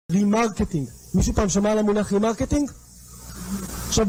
רימרקטינג. מישהו פעם שמע על המונח רימרקטינג? עכשיו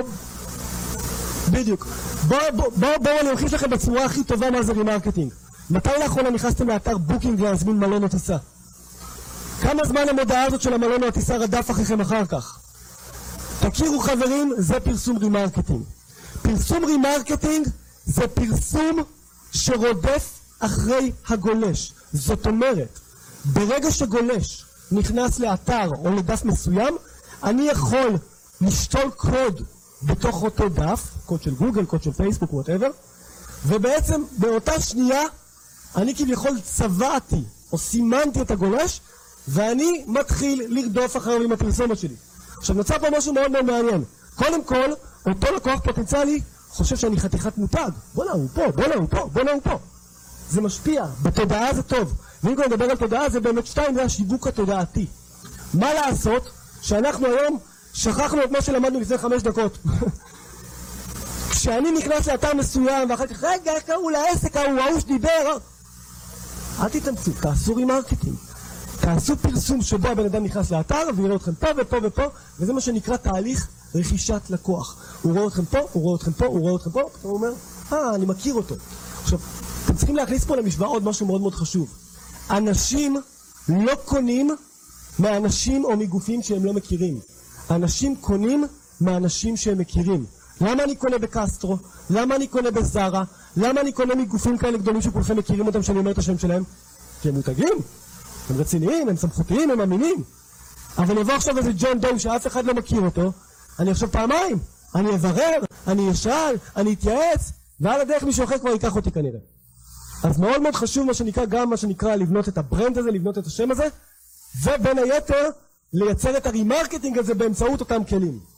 בדיוק. בואו אני אוכיח לכם בצורה הכי טובה מה זה רימרקטינג. מתי לאחרונה נכנסתם לאתר בוקינג להזמין מלון או טיסה? כמה זמן המודעה הזאת של המלון או הטיסה רדף אחריכם אחר כך? תכירו חברים, זה פרסום רימרקטינג. פרסום רימרקטינג זה פרסום שרודף אחרי הגולש. זאת אומרת, ברגע שגולש נכנס לאתר או לדף מסוים, אני יכול לשתול קוד בתוך אותו דף, קוד של גוגל, קוד של פייסבוק, whatever, ובעצם באותה שנייה אני כביכול צבעתי או סימנתי את הגולש, ואני מתחיל לרדוף אחריו עם הפרסומת שלי. עכשיו נוצר פה משהו מאוד מאוד מעניין. קודם כל, אותו לקוח פוטנציאלי חושב שאני חתיכת מותג. בוא נה, הוא פה, בוא נה, הוא פה, בוא נה, הוא פה. זה משפיע, בתודעה זה טוב. ואם כבר נדבר על תודעה, זה באמת שתיים, זה השיווק התודעתי. מה לעשות שאנחנו היום שכחנו את מה שלמדנו לפני 5 דקות. כשאני נכנס לאתר מסוים, ואחר כך, רגע, איך קראו לעסק, ההוא שדיבר. אל תתאמצו, תעשו רימרקטינג. תעשו פרסום שבו הבן אדם נכנס לאתר ויראה אתכם פה ופה ופה, וזה מה שנקרא תהליך רכישת לקוח. הוא רואה אתכם פה, הוא רואה אתכם פה, הוא רואה אתכם פה, הוא אומר, אני מכיר אותו. עכשיו, אתם צריכים להכניס פה למשוואה עוד משהו מאוד מאוד חשוב. אנשים לא קונים מאנשים או מגופים שהם לא מכירים. אנשים קונים מאנשים שהם מכירים. למה אני קונה בקסטרו? למה אני קונה בזרה? למה אני קונה מגופים כאלה גדולים שכולכם מכירים אותם שאני אומר את השם שלהם? כי הם מותגים, הם רציניים, הם סמכותיים, הם אמינים. אבל יבוא עכשיו איזה ג'ון דו שאף אחד לא מכיר אותו, אני עכשיו פעמיים, אני אברר, אני אשאל, אני אתייעץ, ועל הדרך מישהו אחר כבר ייקח אותי כנראה. אז מאוד מאוד חשוב מה שנקרא, גם מה שנקרא לבנות את הברנד הזה, לבנות את השם הזה, ובין היתר לייצר את הרימרקטינג הזה באמצעות אותם כלים.